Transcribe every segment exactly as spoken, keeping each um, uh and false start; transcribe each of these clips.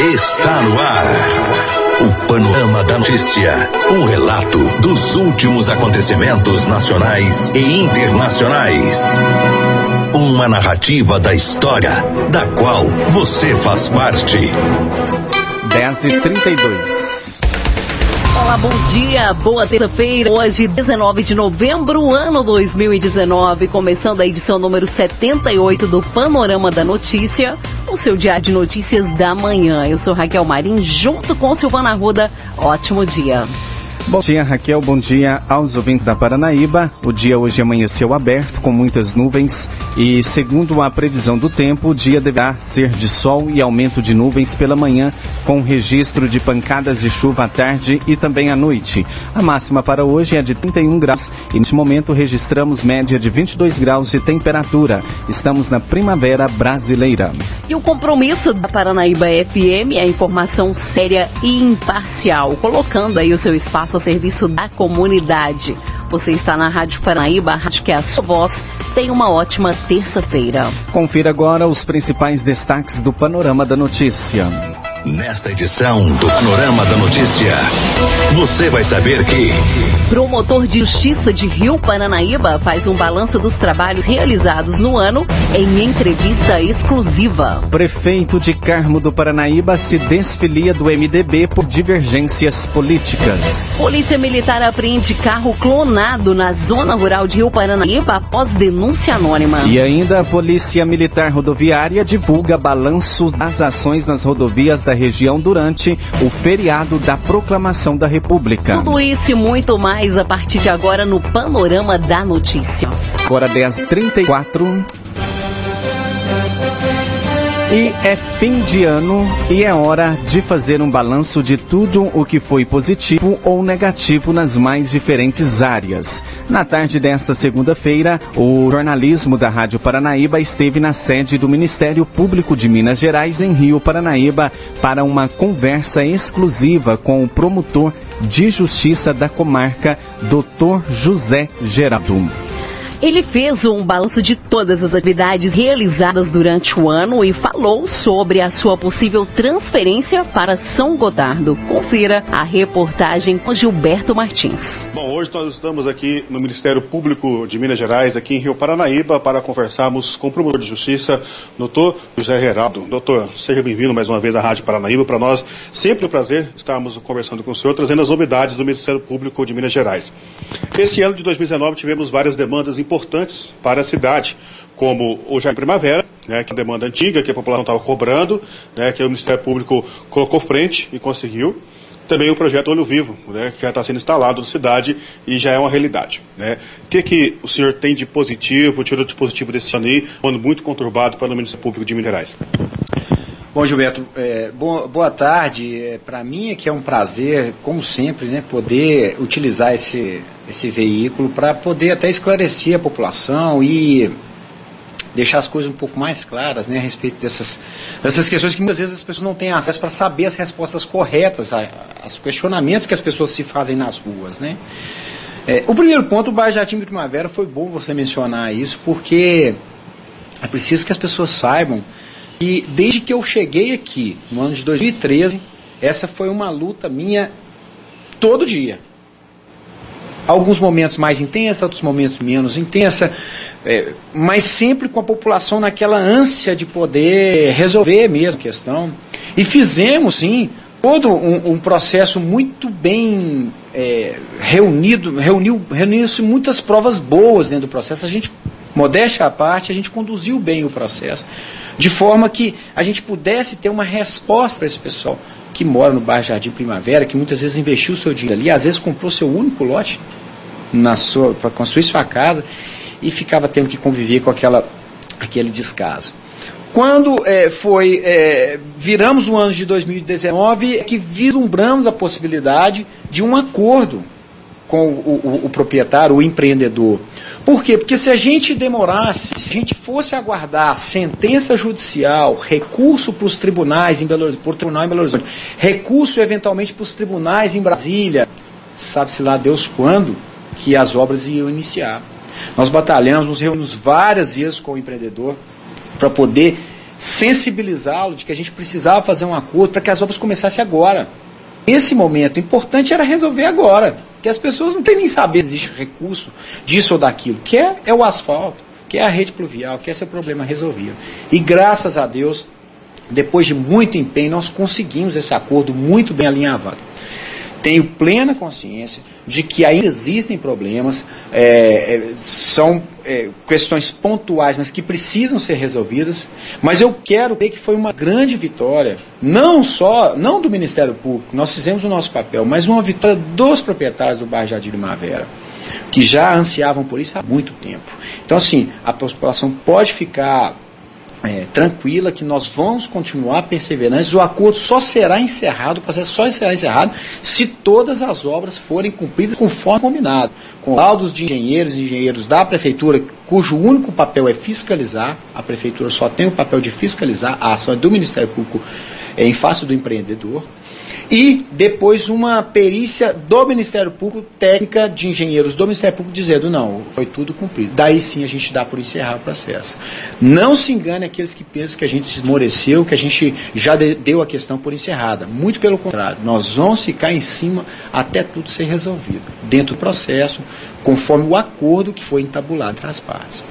Está no ar o Panorama da Notícia, um relato dos últimos acontecimentos nacionais e internacionais. Uma narrativa da história, da qual você faz parte. dez e trinta e dois. Olá, bom dia, boa terça-feira, hoje dezenove de novembro, ano dois mil e dezenove, começando a edição número setenta e oito do Panorama da Notícia, o seu diário de notícias da manhã. Eu sou Raquel Marim, junto com Silvana Arruda. Ótimo dia. Bom dia, Raquel, bom dia aos ouvintes da Paranaíba. O dia hoje amanheceu aberto, com muitas nuvens e, segundo a previsão do tempo, o dia deverá ser de sol e aumento de nuvens pela manhã, com registro de pancadas de chuva à tarde e também à noite. A máxima para hoje é de trinta e um graus e, neste momento, registramos média de vinte e dois graus de temperatura. Estamos na primavera brasileira. E o compromisso da Paranaíba F M é a informação séria e imparcial, colocando aí o seu espaço a serviço da comunidade. Você está na Rádio Paranaíba, a rádio que é a sua voz. Tenha uma ótima terça-feira. Confira agora os principais destaques do Panorama da Notícia. Nesta edição do Panorama da Notícia, você vai saber que... Promotor de Justiça de Rio Paranaíba faz um balanço dos trabalhos realizados no ano em entrevista exclusiva. Prefeito de Carmo do Paranaíba se desfilia do M D B por divergências políticas. Polícia Militar apreende carro clonado na zona rural de Rio Paranaíba após denúncia anônima. E ainda a Polícia Militar Rodoviária divulga balanço das ações nas rodovias da região durante o feriado da Proclamação da República. Tudo isso e muito mais a partir de agora no Panorama da Notícia. Agora dez e trinta e quatro. E é fim de ano e é hora de fazer um balanço de tudo o que foi positivo ou negativo nas mais diferentes áreas. Na tarde desta segunda-feira, o jornalismo da Rádio Paranaíba esteve na sede do Ministério Público de Minas Gerais, em Rio Paranaíba, para uma conversa exclusiva com o promotor de justiça da comarca, doutor José Geraldo. Ele fez um balanço de todas as atividades realizadas durante o ano e falou sobre a sua possível transferência para São Gotardo. Confira a reportagem com Gilberto Martins. Bom, hoje nós estamos aqui no Ministério Público de Minas Gerais, aqui em Rio Paranaíba, para conversarmos com o promotor de justiça, doutor José Geraldo. Doutor, seja bem-vindo mais uma vez à Rádio Paranaíba. Para nós, sempre um prazer estarmos conversando com o senhor, trazendo as novidades do Ministério Público de Minas Gerais. Esse ano de dois mil e dezenove tivemos várias demandas importantes para a cidade, como o Jardim Primavera, né, que é uma demanda antiga, que a população estava cobrando, né, que o Ministério Público colocou frente e conseguiu. Também o projeto Olho Vivo, né, que já está sendo instalado na cidade e já é uma realidade. Né. O que, que o senhor tem de positivo, tirou de positivo desse ano aí, um ano muito conturbado para o Ministério Público de Minas Gerais? Bom, Gilberto, é, boa, boa tarde. É, para mim é que é um prazer, como sempre, né, poder utilizar esse, esse veículo para poder até esclarecer a população e deixar as coisas um pouco mais claras, né, a respeito dessas, dessas questões que muitas vezes as pessoas não têm acesso para saber as respostas corretas aos questionamentos que as pessoas se fazem nas ruas, né. É, o primeiro ponto, o bairro Jardim Primavera, foi bom você mencionar isso, porque é preciso que as pessoas saibam. E desde que eu cheguei aqui, no ano de dois mil e treze, essa foi uma luta minha todo dia. Alguns momentos mais intensa, outros momentos menos intensa, é, mas sempre com a população naquela ânsia de poder resolver mesmo a questão. E fizemos, sim, todo um, um processo muito bem é, reunido, reuniu, reuniu-se muitas provas boas dentro do processo. A gente, modéstia à parte, a gente conduziu bem o processo, de forma que a gente pudesse ter uma resposta para esse pessoal que mora no bairro Jardim Primavera, que muitas vezes investiu o seu dinheiro ali, às vezes comprou seu único lote para construir sua casa e ficava tendo que conviver com aquela, aquele descaso. Quando é, foi, é, viramos o ano de dois mil e dezenove, é que vislumbramos a possibilidade de um acordo com o, o, o proprietário, o empreendedor. Por quê? Porque se a gente demorasse, se a gente fosse aguardar sentença judicial, recurso para os tribunais em Belo Horizonte, por tribunal em Belo Horizonte, recurso eventualmente para os tribunais em Brasília, sabe-se lá Deus quando que as obras iam iniciar. Nós batalhamos, nos reunimos várias vezes com o empreendedor para poder sensibilizá-lo de que a gente precisava fazer um acordo para que as obras começassem agora. Nesse momento, o importante era resolver agora, que as pessoas não têm nem saber se existe recurso disso ou daquilo, que é, é o asfalto, que é a rede pluvial, que é esse problema resolvido. E graças a Deus, depois de muito empenho, nós conseguimos esse acordo muito bem alinhavado. Tenho plena consciência de que ainda existem problemas, é, é, são é, questões pontuais, mas que precisam ser resolvidas, mas eu quero ver que foi uma grande vitória, não só, não do Ministério Público, nós fizemos o nosso papel, mas uma vitória dos proprietários do bairro Jardim Primavera, que já ansiavam por isso há muito tempo. Então, assim, a população pode ficar É, tranquila que nós vamos continuar perseverantes, o acordo só será encerrado, o processo só será encerrado se todas as obras forem cumpridas conforme combinado, com laudos de engenheiros e engenheiros da prefeitura, cujo único papel é fiscalizar, a prefeitura só tem o papel de fiscalizar, a ação é do Ministério Público é, em face do empreendedor, e depois uma perícia do Ministério Público, técnica de engenheiros do Ministério Público, dizendo, não, foi tudo cumprido. Daí sim a gente dá por encerrar o processo. Não se engane aqueles que pensam que a gente se esmoreceu, que a gente já de, deu a questão por encerrada. Muito pelo contrário, nós vamos ficar em cima até tudo ser resolvido, dentro do processo, conforme o acordo que foi entabulado entre as partes.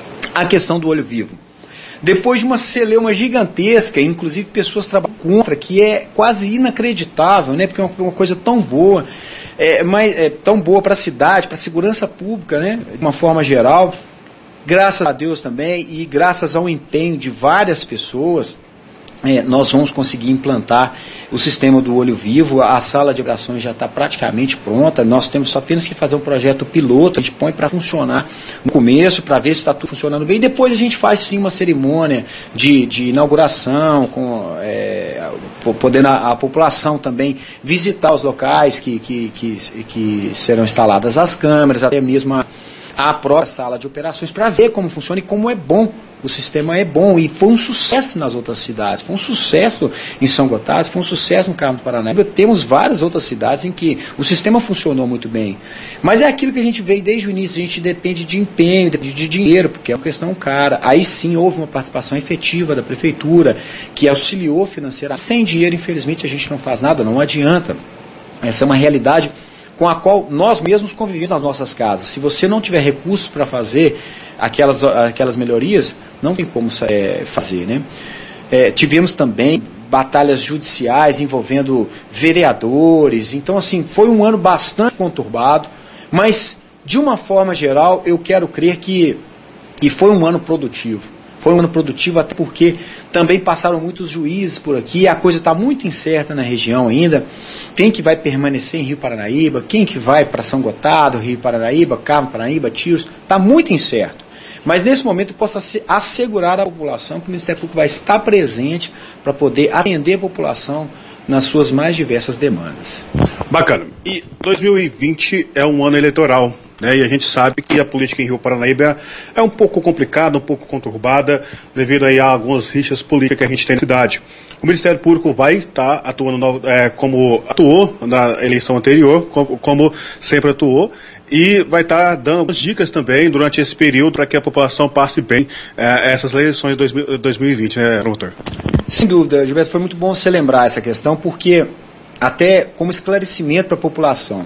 A questão do olho vivo. Depois de uma celeuma gigantesca, inclusive pessoas trabalham contra, que é quase inacreditável, né? Porque é uma, uma coisa tão boa, é, mas, é tão boa para a cidade, para a segurança pública, né? De uma forma geral. Graças a Deus também, e graças ao empenho de várias pessoas, É, nós vamos conseguir implantar o sistema do olho vivo. A sala de operações já está praticamente pronta, nós temos só apenas que fazer um projeto piloto, a gente põe para funcionar no começo, para ver se está tudo funcionando bem, e depois a gente faz sim uma cerimônia de, de inauguração, com, é, podendo a, a população também visitar os locais que, que, que, que serão instaladas as câmeras, até mesmo a, a própria sala de operações, para ver como funciona e como é bom. O sistema é bom e foi um sucesso nas outras cidades, foi um sucesso em São Gotardo, foi um sucesso no Carmo do Paranaíba. Temos várias outras cidades em que o sistema funcionou muito bem. Mas é aquilo que a gente veio desde o início, a gente depende de empenho, depende de dinheiro, porque é uma questão cara. Aí sim houve uma participação efetiva da prefeitura, que auxiliou financeiramente. Sem dinheiro, infelizmente, a gente não faz nada, não adianta. Essa é uma realidade com a qual nós mesmos convivemos nas nossas casas. Se você não tiver recursos para fazer aquelas, aquelas melhorias, não tem como é, fazer, né? É, tivemos também batalhas judiciais envolvendo vereadores. Então, assim, foi um ano bastante conturbado, mas, de uma forma geral, eu quero crer que, que foi um ano produtivo. Foi um ano produtivo até porque também passaram muitos juízes por aqui, a coisa está muito incerta na região ainda. Quem que vai permanecer em Rio Paranaíba, quem que vai para São Gotardo, Rio Paranaíba, Carmo Paranaíba, Tiros, está muito incerto. Mas nesse momento eu posso assegurar à população que o Ministério Público vai estar presente para poder atender a população nas suas mais diversas demandas. Bacana. E dois mil e vinte é um ano eleitoral, né? E a gente sabe que a política em Rio Paranaíba é um pouco complicada, um pouco conturbada, devido aí a algumas rixas políticas que a gente tem na cidade. O Ministério Público vai estar tá atuando é, como atuou na eleição anterior, como, como sempre atuou, e vai estar tá dando algumas dicas também durante esse período para que a população passe bem é, essas eleições de dois mil e vinte, né, promotor? Sem dúvida, Gilberto, foi muito bom você lembrar essa questão, porque até como esclarecimento para a população,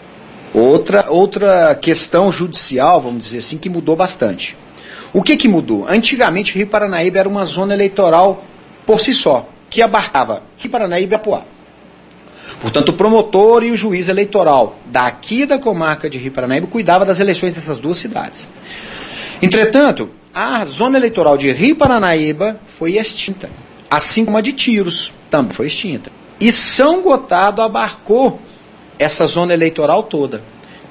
outra, outra questão judicial, vamos dizer assim, que mudou bastante. O que que mudou? Antigamente, Rio Paranaíba era uma zona eleitoral por si só, que abarcava Rio Paranaíba e Apuá. Portanto, o promotor e o juiz eleitoral daqui da comarca de Rio Paranaíba cuidava das eleições dessas duas cidades. Entretanto, a zona eleitoral de Rio Paranaíba foi extinta, assim como a de Tiros também foi extinta. E São Gotardo abarcou essa zona eleitoral toda.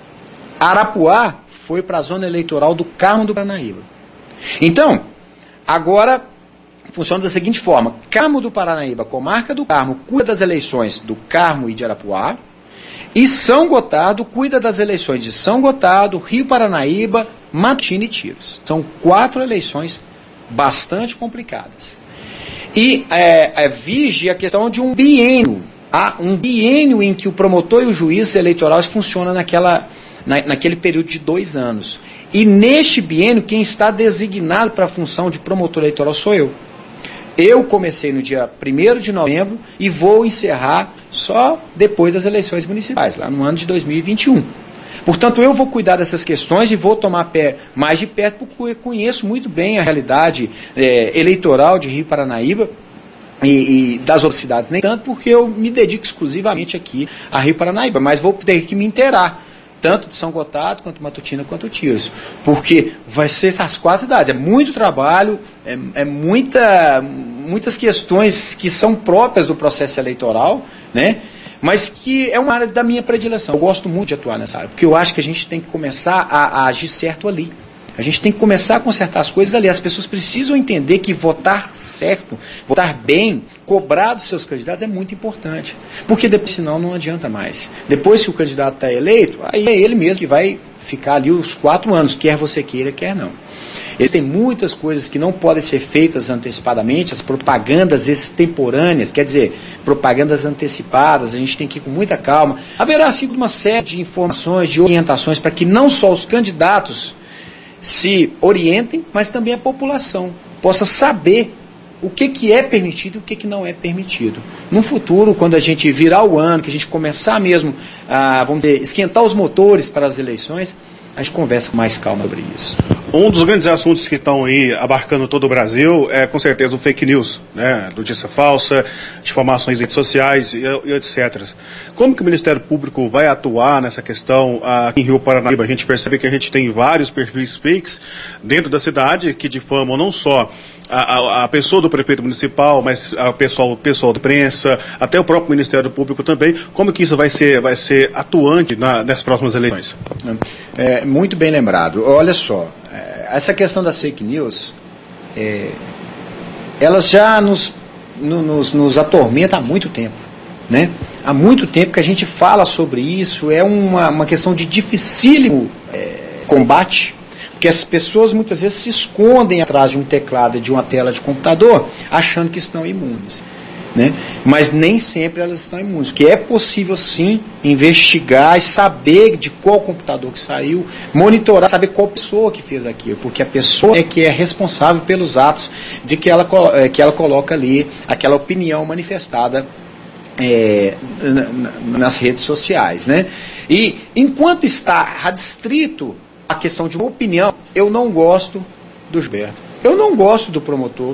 Arapuá foi para a zona eleitoral do Carmo do Paranaíba. Então, agora funciona da seguinte forma: Carmo do Paranaíba, comarca do Carmo, cuida das eleições do Carmo e de Arapuá, e São Gotardo cuida das eleições de São Gotardo, Rio Paranaíba, Matutina e Tiros. São quatro eleições bastante complicadas. E é, é, vige a questão de um biênio. Há um biênio em que o promotor e o juiz eleitorais funcionam naquela, na, naquele período de dois anos. E neste biênio, quem está designado para a função de promotor eleitoral sou eu. Eu comecei no dia primeiro de novembro e vou encerrar só depois das eleições municipais, lá no ano de dois mil e vinte e um. Portanto, eu vou cuidar dessas questões e vou tomar pé mais de perto, porque eu conheço muito bem a realidade é, eleitoral de Rio Paranaíba e, e das outras cidades, nem tanto porque eu me dedico exclusivamente aqui a Rio Paranaíba, mas vou ter que me inteirar, tanto de São Gotardo, quanto Matutina, quanto Tiros, porque vai ser essas quatro cidades, é muito trabalho, é, é muita, muitas questões que são próprias do processo eleitoral, né? Mas que é uma área da minha predileção. Eu gosto muito de atuar nessa área, porque eu acho que a gente tem que começar a, a agir certo ali. A gente tem que começar a consertar as coisas ali. As pessoas precisam entender que votar certo, votar bem, cobrar dos seus candidatos é muito importante. Porque depois, senão, não adianta mais. Depois que o candidato está eleito, aí é ele mesmo que vai ficar ali os quatro anos, quer você queira, quer não. Existem muitas coisas que não podem ser feitas antecipadamente, as propagandas extemporâneas, quer dizer, propagandas antecipadas, a gente tem que ir com muita calma. Haverá sido uma série de informações, de orientações, para que não só os candidatos se orientem, mas também a população possa saber o que, que é permitido e o que, que não é permitido. No futuro, quando a gente virar o ano, que a gente começar mesmo a, vamos dizer, esquentar os motores para as eleições, a gente conversa com mais calma sobre isso. Um dos grandes assuntos que estão aí abarcando todo o Brasil é, com certeza, o fake news, né? Notícia falsa, difamações em redes sociais e, e etcétera. Como que o Ministério Público vai atuar nessa questão aqui em Rio Paranaíba? A gente percebe que a gente tem vários perfis fakes dentro da cidade que difamam não só a, a, a pessoa do prefeito municipal, mas o pessoal, pessoal da imprensa, até o próprio Ministério Público também. Como que isso vai ser, vai ser atuante na, nas próximas eleições? É, muito bem lembrado. Olha só, essa questão das fake news, é, elas já nos, no, nos, nos atormentam há muito tempo, né? Há muito tempo que a gente fala sobre isso, é uma, uma questão de dificílimo é, combate, porque as pessoas muitas vezes se escondem atrás de um teclado e de uma tela de computador, achando que estão imunes. Né? Mas nem sempre elas estão imunes, que é possível sim investigar e saber de qual computador que saiu, monitorar, saber qual pessoa que fez aquilo, porque a pessoa é que é responsável pelos atos de que ela, que ela coloca ali, aquela opinião manifestada é, nas redes sociais. Né? E enquanto está adstrito a questão de uma opinião, eu não gosto do Gilberto, eu não gosto do promotor,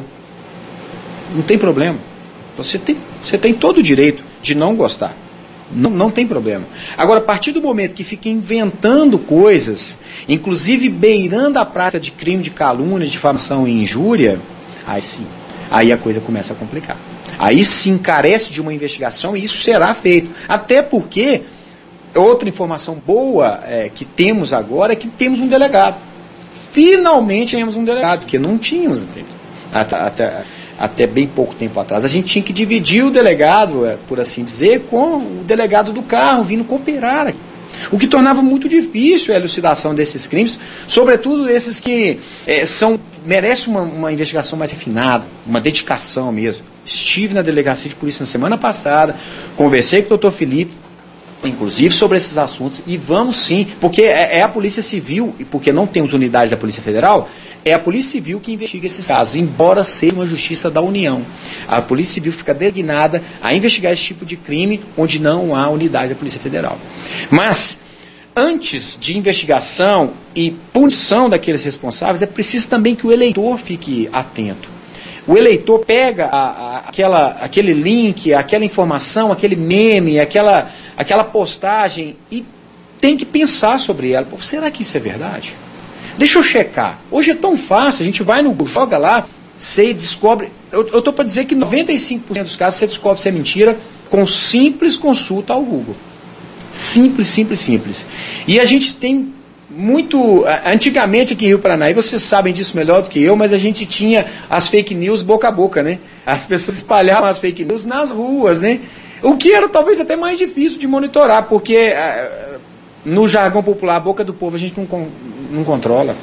não tem problema. Você tem, você tem todo o direito de não gostar. Não, não tem problema. Agora, a partir do momento que fica inventando coisas, inclusive beirando a prática de crime de calúnia, difamação e injúria, aí sim, aí a coisa começa a complicar. Aí sim carece de uma investigação e isso será feito. Até porque, outra informação boa é, que temos agora é que temos um delegado. Finalmente temos um delegado, porque não tínhamos até... até até bem pouco tempo atrás. A gente tinha que dividir o delegado, por assim dizer, com o delegado do carro, vindo cooperar. O que tornava muito difícil a elucidação desses crimes, sobretudo esses que é, são, merecem uma, uma investigação mais refinada, uma dedicação mesmo. Estive na delegacia de polícia na semana passada, conversei com o doutor Felipe, inclusive sobre esses assuntos, e vamos sim, porque é, é a Polícia Civil, e porque não temos unidades da Polícia Federal, é a Polícia Civil que investiga esses casos, embora seja uma justiça da União. A Polícia Civil fica designada a investigar esse tipo de crime onde não há unidade da Polícia Federal. Mas, antes de investigação e punição daqueles responsáveis, é preciso também que o eleitor fique atento. O eleitor pega a, a, aquela, aquele link, aquela informação, aquele meme, aquela, aquela postagem e tem que pensar sobre ela. Pô, será que isso é verdade? Deixa eu checar. Hoje é tão fácil, a gente vai no Google, joga lá, você descobre... Eu estou para dizer que noventa e cinco por cento dos casos você descobre se é mentira com simples consulta ao Google. Simples, simples, simples. E a gente tem muito... Antigamente aqui em Rio Paranaíba, vocês sabem disso melhor do que eu, mas a gente tinha as fake news boca a boca, né? As pessoas espalhavam as fake news nas ruas, né? O que era talvez até mais difícil de monitorar, porque no jargão popular, a boca do povo a gente não, não controla.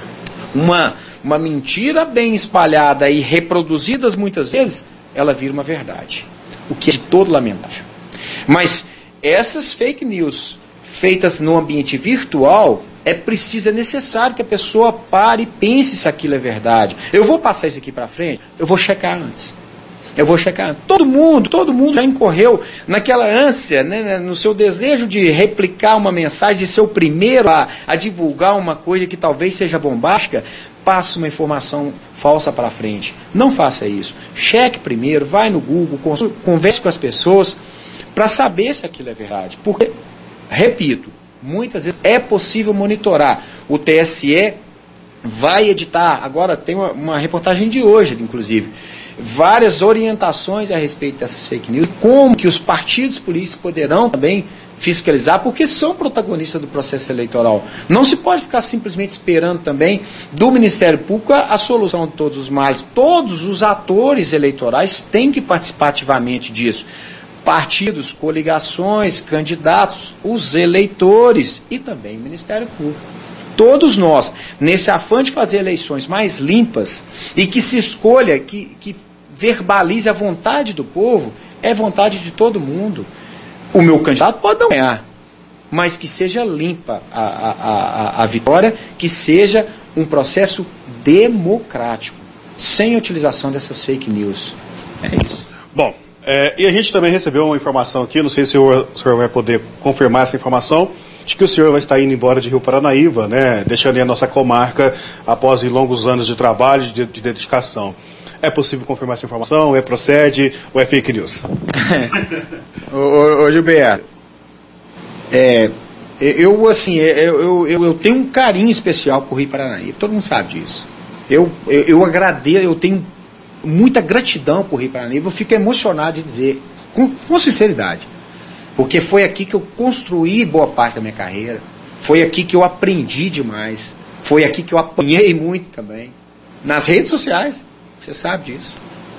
Uma, uma mentira bem espalhada e reproduzida muitas vezes, ela vira uma verdade. O que é de todo lamentável. Mas essas fake news feitas no ambiente virtual, É preciso, é necessário que a pessoa pare e pense se aquilo é verdade. Eu vou passar isso aqui para frente, eu vou checar antes. Eu vou checar. Todo mundo, todo mundo já incorreu naquela ânsia, né, no seu desejo de replicar uma mensagem, de ser o primeiro a, a divulgar uma coisa que talvez seja bombástica, passa uma informação falsa para frente. Não faça isso. Cheque primeiro, vai no Google, converse com as pessoas para saber se aquilo é verdade. Porque, repito, muitas vezes é possível monitorar. O T S E vai editar, agora tem uma, uma reportagem de hoje, inclusive, várias orientações a respeito dessas fake news, como que os partidos políticos poderão também fiscalizar, porque são protagonistas do processo eleitoral. Não se pode ficar simplesmente esperando também do Ministério Público a, a solução de todos os males. Todos os atores eleitorais têm que participar ativamente disso. Partidos, coligações, candidatos, os eleitores e também o Ministério Público. Todos nós, nesse afã de fazer eleições mais limpas e que se escolha, que, que verbalize a vontade do povo, é vontade de todo mundo. O meu candidato pode não ganhar, mas que seja limpa a, a, a, a vitória, que seja um processo democrático, sem utilização dessas fake news. É isso. Bom, é, e a gente também recebeu uma informação aqui, não sei se o senhor, o senhor vai poder confirmar essa informação, de que o senhor vai estar indo embora de Rio Paranaíba, né, deixando aí a nossa comarca após longos anos de trabalho e de, de dedicação. É possível confirmar essa informação? É procede ou é fake news? ô, ô, ô Gilberto, é, eu, assim, eu, eu, eu, eu tenho um carinho especial por Rio Paranaíba, todo mundo sabe disso. Eu, eu, eu agradeço, eu tenho muita gratidão por Rio Paranaíba, eu fico emocionado de dizer, com, com sinceridade. Porque foi aqui que eu construí boa parte da minha carreira, foi aqui que eu aprendi demais, foi aqui que eu apanhei muito também, nas redes sociais, você sabe disso.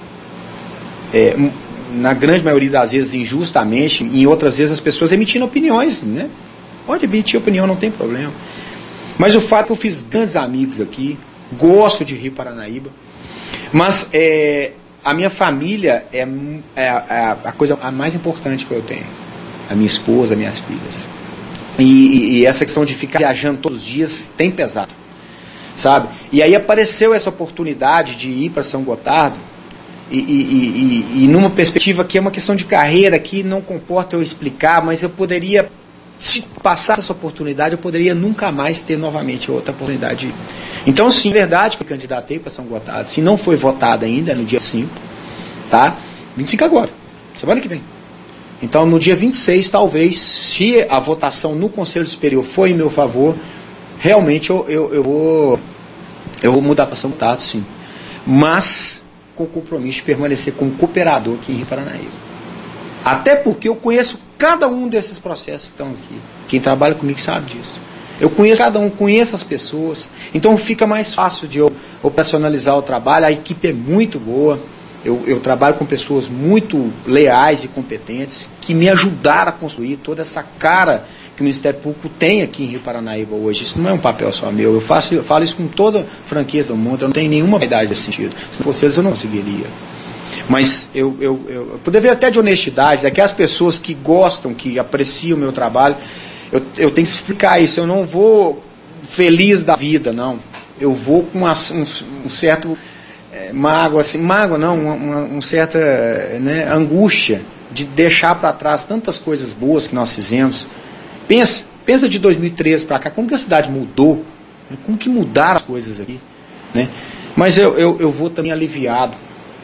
É, na grande maioria das vezes injustamente, em outras vezes as pessoas emitindo opiniões, né? Pode emitir opinião, não tem problema. Mas o fato é que eu fiz grandes amigos aqui, gosto de Rio Paranaíba, mas é, a minha família é, é, é a coisa a mais importante que eu tenho. A minha esposa, minhas filhas. E, e essa questão de ficar viajando todos os dias tem pesado, sabe? E aí apareceu essa oportunidade de ir para São Gotardo e, e, e, e numa perspectiva que é uma questão de carreira que não comporta eu explicar, mas eu poderia, se passar essa oportunidade, eu poderia nunca mais ter novamente outra oportunidade de ir. Então, sim, é verdade que eu candidatei para São Gotardo. Se não foi votado ainda, no dia cinco, tá? vinte e cinco agora, semana que vem. Então, no dia vinte e seis, talvez, se a votação no Conselho Superior for em meu favor, realmente eu, eu, eu, vou, eu vou mudar para São Gotardo, sim. Mas com o compromisso de permanecer como cooperador aqui em Rio Paranaíba. Até porque eu conheço cada um desses processos que estão aqui. Quem trabalha comigo sabe disso. Eu conheço cada um, conheço as pessoas. Então fica mais fácil de eu operacionalizar o trabalho. A equipe é muito boa. Eu, eu trabalho com pessoas muito leais e competentes que me ajudaram a construir toda essa cara que o Ministério Público tem aqui em Rio Paranaíba hoje. Isso não é um papel só meu. Eu, faço, eu falo isso com toda franqueza do mundo. Eu não tenho nenhuma vaidade nesse sentido. Se não fosse eles, eu não conseguiria. Mas eu, eu, eu, eu deveria até de honestidade, daquelas pessoas que gostam, que apreciam o meu trabalho, eu, eu tenho que explicar isso. Eu não vou feliz da vida, não. Eu vou com uma, um, um certo... É, mágoa, assim, mágoa não, uma, uma, uma certa né, angústia de deixar para trás tantas coisas boas que nós fizemos. Pensa, pensa de dois mil e treze para cá, como que a cidade mudou, né, como que mudaram as coisas aqui. Né? Mas eu, eu, eu vou também aliviado,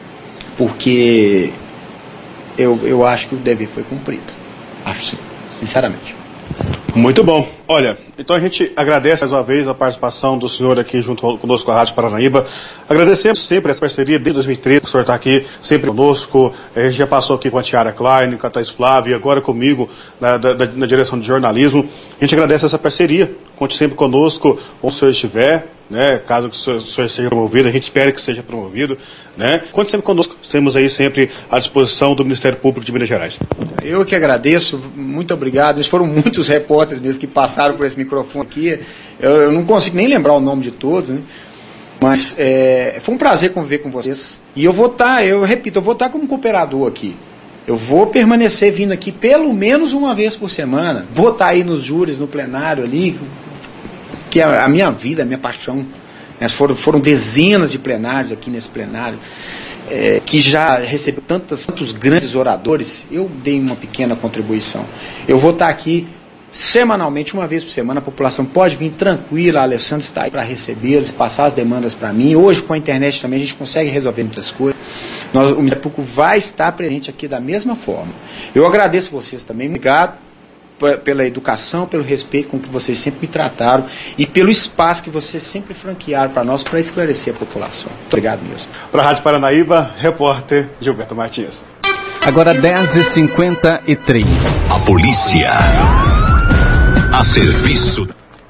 porque eu, eu acho que o dever foi cumprido. Acho sim, sinceramente. Muito bom. Olha, então a gente agradece mais uma vez a participação do senhor aqui junto conosco com a Rádio Paranaíba. Agradecemos sempre essa parceria desde dois mil e treze, que o senhor está aqui sempre conosco. A gente já passou aqui com a Tiara Klein, com a Thais Flávia, e agora comigo na, da, na direção de jornalismo. A gente agradece essa parceria. Conte sempre conosco, onde o senhor estiver, né? Caso o senhor, o senhor seja promovido, a gente espera que seja promovido, né? Conte sempre conosco. Estamos aí sempre à disposição do Ministério Público de Minas Gerais. Eu que agradeço, muito obrigado. Eles foram muitos repórteres mesmo que passaram por esse microfone aqui. Eu, eu não consigo nem lembrar o nome de todos, né? Mas é, foi um prazer conviver com vocês. E eu vou estar, eu repito, eu vou estar como cooperador aqui. Eu vou permanecer vindo aqui pelo menos uma vez por semana. Vou estar aí nos júris, no plenário ali, que é a minha vida, a minha paixão. Né? Foram, foram dezenas de plenários aqui nesse plenário, é, que já recebeu tantos, tantos grandes oradores. Eu dei uma pequena contribuição. Eu vou estar aqui semanalmente, uma vez por semana. A população pode vir tranquila, a Alessandra está aí para recebê-los, passar as demandas para mim. Hoje, com a internet também, a gente consegue resolver muitas coisas. Nós, o Ministério Público vai estar presente aqui da mesma forma. Eu agradeço vocês também, obrigado pela educação, pelo respeito com que vocês sempre me trataram e pelo espaço que vocês sempre franquearam para nós, para esclarecer a população. Muito obrigado mesmo. Para a Rádio Paranaíba, repórter Gilberto Martins. Agora dez e cinquenta e três. A polícia a serviço.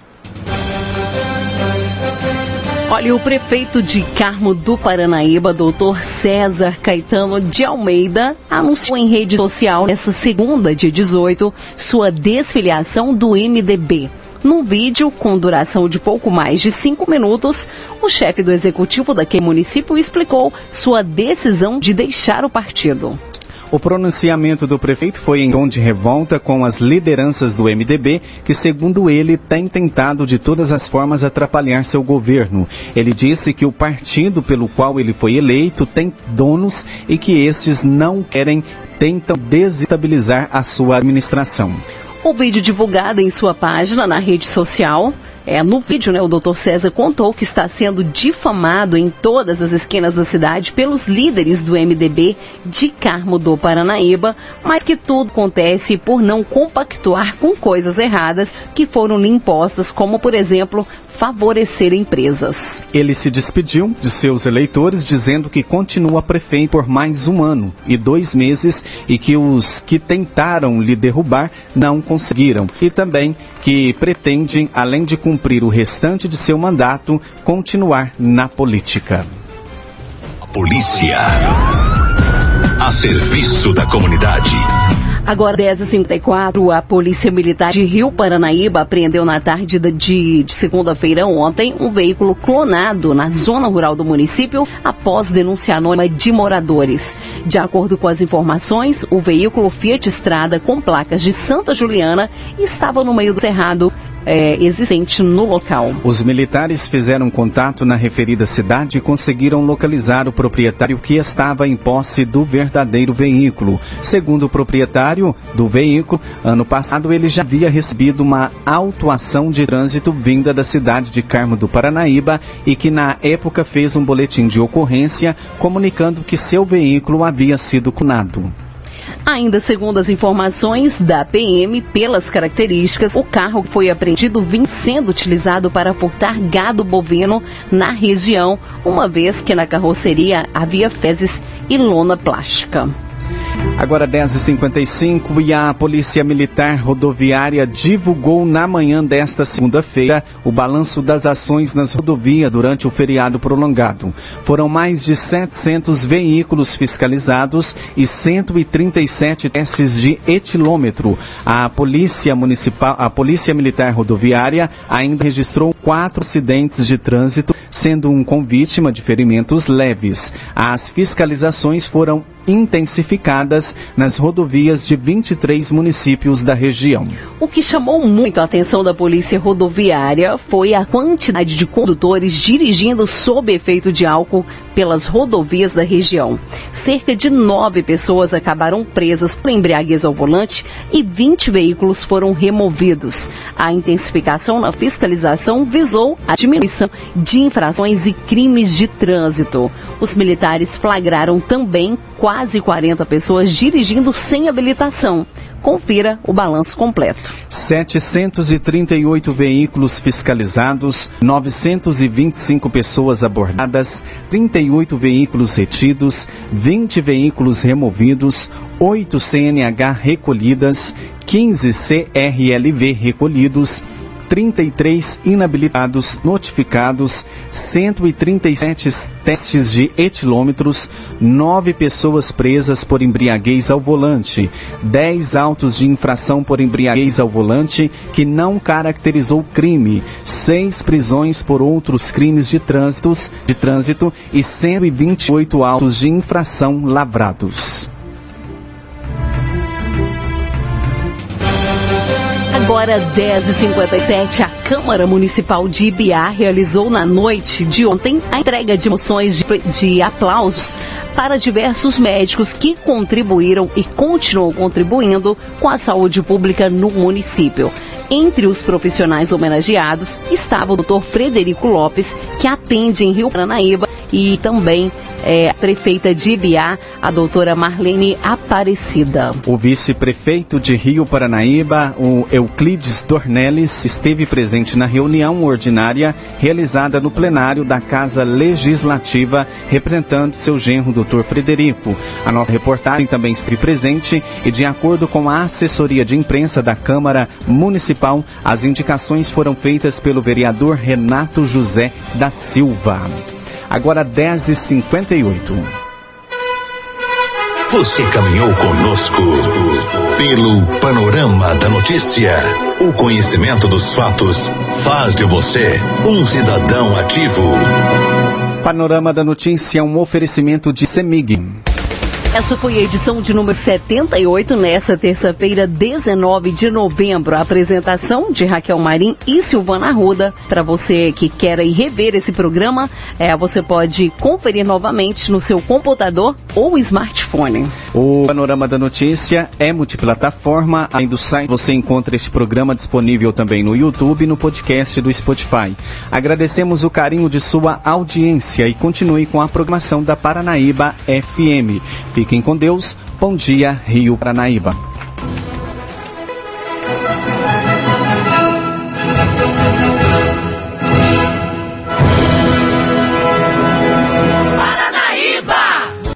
Olha, o prefeito de Carmo do Paranaíba, doutor César Caetano de Almeida, anunciou em rede social, nesta segunda, dia dezoito, sua desfiliação do M D B. Num vídeo com duração de pouco mais de cinco minutos, o chefe do executivo daquele município explicou sua decisão de deixar o partido. O pronunciamento do prefeito foi em tom de revolta com as lideranças do M D B, que, segundo ele, tem tentado de todas as formas atrapalhar seu governo. Ele disse que o partido pelo qual ele foi eleito tem donos e que estes não querem, tentam desestabilizar a sua administração. O vídeo divulgado em sua página na rede social... É, no vídeo, né, o doutor César contou que está sendo difamado em todas as esquinas da cidade pelos líderes do M D B de Carmo do Paranaíba, mas que tudo acontece por não compactuar com coisas erradas que foram lhe impostas, como, por exemplo, favorecer empresas. Ele se despediu de seus eleitores dizendo que continua prefeito por mais um ano e dois meses e que os que tentaram lhe derrubar não conseguiram. E também que pretende, além de cumprir o restante de seu mandato, continuar na política. A polícia a serviço da comunidade. Agora, dez e cinquenta e quatro, a Polícia Militar de Rio Paranaíba apreendeu na tarde de, de segunda-feira ontem um veículo clonado na zona rural do município após denúncia anônima de moradores. De acordo com as informações, o veículo Fiat Strada com placas de Santa Juliana estava no meio do cerrado É, existente no local. Os militares fizeram contato na referida cidade e conseguiram localizar o proprietário que estava em posse do verdadeiro veículo. Segundo o proprietário do veículo, ano passado ele já havia recebido uma autuação de trânsito vinda da cidade de Carmo do Paranaíba e que na época fez um boletim de ocorrência comunicando que seu veículo havia sido clonado. Ainda segundo as informações da P M, pelas características, o carro foi apreendido vinha sendo utilizado para furtar gado bovino na região, uma vez que na carroceria havia fezes e lona plástica. Agora dez e cinquenta e cinco e a Polícia Militar Rodoviária divulgou na manhã desta segunda-feira o balanço das ações nas rodovias durante o feriado prolongado. Foram mais de setecentos veículos fiscalizados e cento e trinta e sete testes de etilômetro. A Polícia Municipal, a Polícia Militar Rodoviária ainda registrou quatro acidentes de trânsito, sendo um com vítima de ferimentos leves. As fiscalizações foram intensificadas nas rodovias de vinte e três municípios da região. O que chamou muito a atenção da Polícia Rodoviária foi a quantidade de condutores dirigindo sob efeito de álcool pelas rodovias da região. Cerca de nove pessoas acabaram presas por embriaguez ao volante e vinte veículos foram removidos. A intensificação na fiscalização visou a diminuição de infrações e crimes de trânsito. Os militares flagraram também quase quarenta pessoas dirigindo sem habilitação. Confira o balanço completo. setecentos e trinta e oito veículos fiscalizados, novecentos e vinte e cinco pessoas abordadas, trinta e oito veículos retidos, vinte veículos removidos, oito C N H recolhidas, quinze C R L V recolhidos, trinta e três inabilitados notificados, cento e trinta e sete testes de etilômetros, nove pessoas presas por embriaguez ao volante, dez autos de infração por embriaguez ao volante que não caracterizou crime, seis prisões por outros crimes de, trânsitos, de trânsito e cento e vinte e oito autos de infração lavrados. Agora dez e cinquenta e sete, a Câmara Municipal de Ibiá realizou na noite de ontem a entrega de moções de, de aplausos para diversos médicos que contribuíram e continuam contribuindo com a saúde pública no município. Entre os profissionais homenageados estava o doutor Frederico Lopes, que atende em Rio Paranaíba, e também é, a prefeita de Ibiá, a doutora Marlene Aparecida. O vice-prefeito de Rio Paranaíba, o Euclides Dornelles, esteve presente na reunião ordinária realizada no plenário da Casa Legislativa, representando seu genro, doutor Frederico. A nossa reportagem também esteve presente e, de acordo com a assessoria de imprensa da Câmara Municipal, as indicações foram feitas pelo vereador Renato José da Silva. Agora dez e cinquenta e oito. Você caminhou conosco pelo panorama da notícia. O conhecimento dos fatos faz de você um cidadão ativo. Panorama da Notícia é um oferecimento de CEMIG. Essa foi a edição de número setenta e oito, nessa terça-feira, dezenove de novembro. A apresentação de Raquel Marim e Silvana Arruda. Para você que quer aí rever esse programa, é, você pode conferir novamente no seu computador ou smartphone. O Panorama da Notícia é multiplataforma. Além do site, você encontra este programa disponível também no YouTube e no podcast do Spotify. Agradecemos o carinho de sua audiência e continue com a programação da Paranaíba F M. Fiquem com Deus. Bom dia, Rio Paranaíba.